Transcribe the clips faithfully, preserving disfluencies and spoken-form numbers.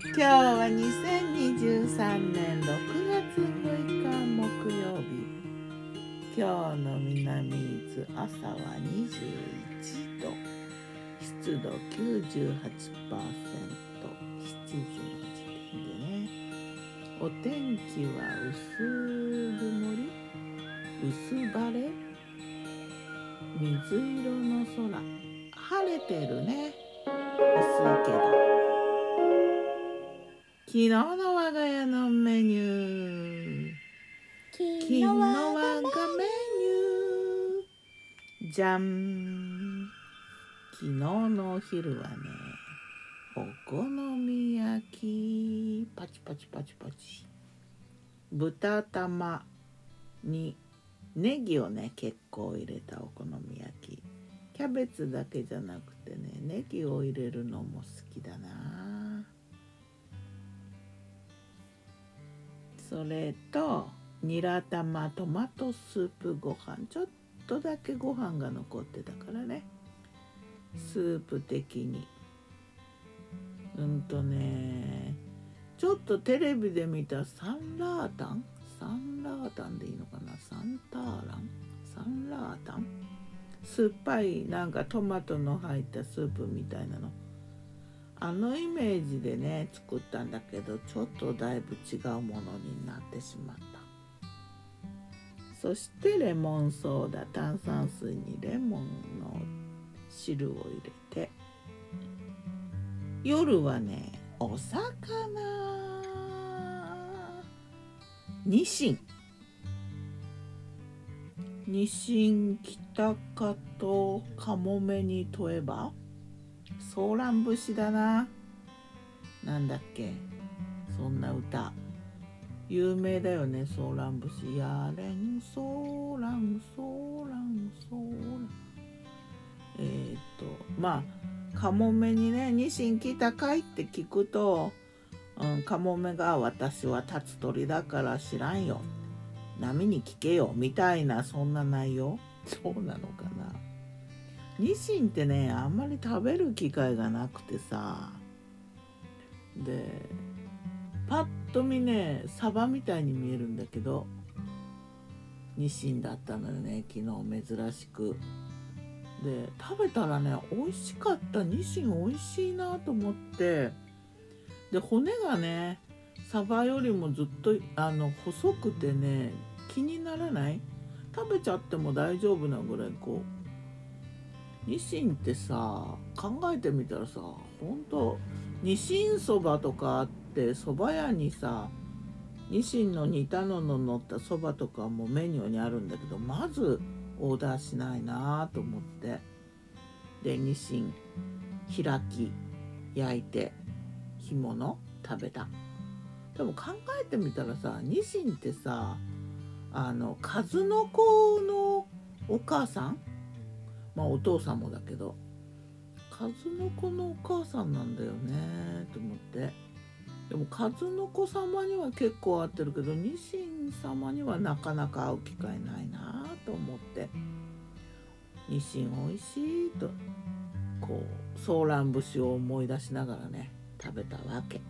今日はにせんにじゅうさんねんろくがつむいか木曜日。今日の南伊豆、朝はにじゅういちど、湿度 きゅうじゅうはちパーセント、しちじの時点でね。お天気は薄曇り、薄晴れ、水色の空、晴れてるね。薄いけど。昨日の我が家のメニュー。昨日我がメニュー。じゃん。昨日のお昼はね、お好み焼き。パチパチパチパチ。豚玉にネギをね、結構入れたお好み焼き。キャベツだけじゃなくてね、ネギを入れるのも好きだな。それとニラ玉トマトスープご飯、ちょっとだけご飯が残ってたからね、スープ的にうんとねちょっとテレビで見たサンラータンサンラータンでいいのかな、サンターランサンラータン、酸っぱいなんかトマトの入ったスープみたいなの、あのイメージでね作ったんだけど、ちょっとだいぶ違うものになってしまった。そしてレモンソーダ、炭酸水にレモンの汁を入れて、夜はねお魚、ニシンニシンキタカとカモメに問えばソーラン節だな。なんだっけ、そんな歌有名だよね、ソーラン節。やれんソーランソーランソーラン、えー、っとまあカモメにね、ニシン来たかいって聞くと、うん、カモメが私は立つ鳥だから知らんよ、波に聞けよみたいな、そんな内容。そうなのかな。ニシンってねあんまり食べる機会がなくてさ、でパッと見ねサバみたいに見えるんだけど、ニシンだったのよね昨日、珍しく。で食べたらね美味しかった。ニシン美味しいなと思って、で骨がねサバよりもずっとあの細くてね気にならない、食べちゃっても大丈夫なぐらい、こうニシンってさ考えてみたらさ、ほんとニシンそばとかあって、そば屋にさニシンの煮たのの乗ったそばとかもメニューにあるんだけど、まずオーダーしないなと思って、でニシン開き焼いて干物食べた。でも考えてみたらさ、ニシンってさあの数の子のお母さん、まあお父さんもだけど、数の子のお母さんなんだよねと思って。でも数の子様には結構合ってるけど、ニシン様にはなかなか会う機会ないなと思って、ニシンおいしいとこうソーラン節を思い出しながらね食べたわけ。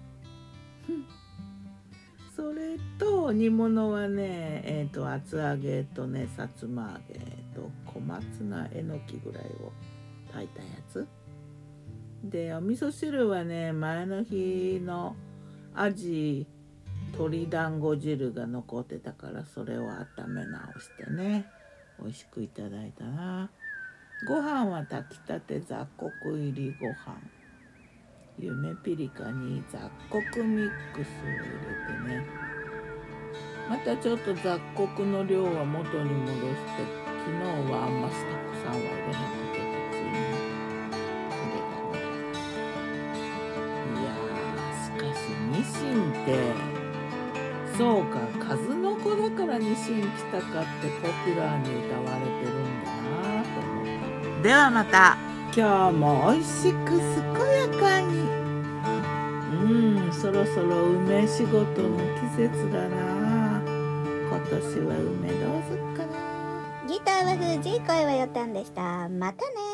それと煮物はね、えーと厚揚げとねさつま揚げと小松菜えのきぐらいを炊いたやつで、お味噌汁はね前の日のアジ鶏団子汁が残ってたから、それを温め直してね美味しくいただいたな。ご飯は炊きたて雑穀入りご飯、夢ピリカに雑穀ミックスを入れてね、またちょっと雑穀の量は元に戻して、昨日はあんましたくさんは入れなくて普通に入れたね。いやーしかしニシンってそうか、数の子だからニシン来たかってポピュラーに歌われてるんだなと思った。ではまた。今日も美味しく健やかに。うん、そろそろ梅仕事の季節だな。今年は梅どうすっかな。 ギターは藤井、声はよたんでした。またね。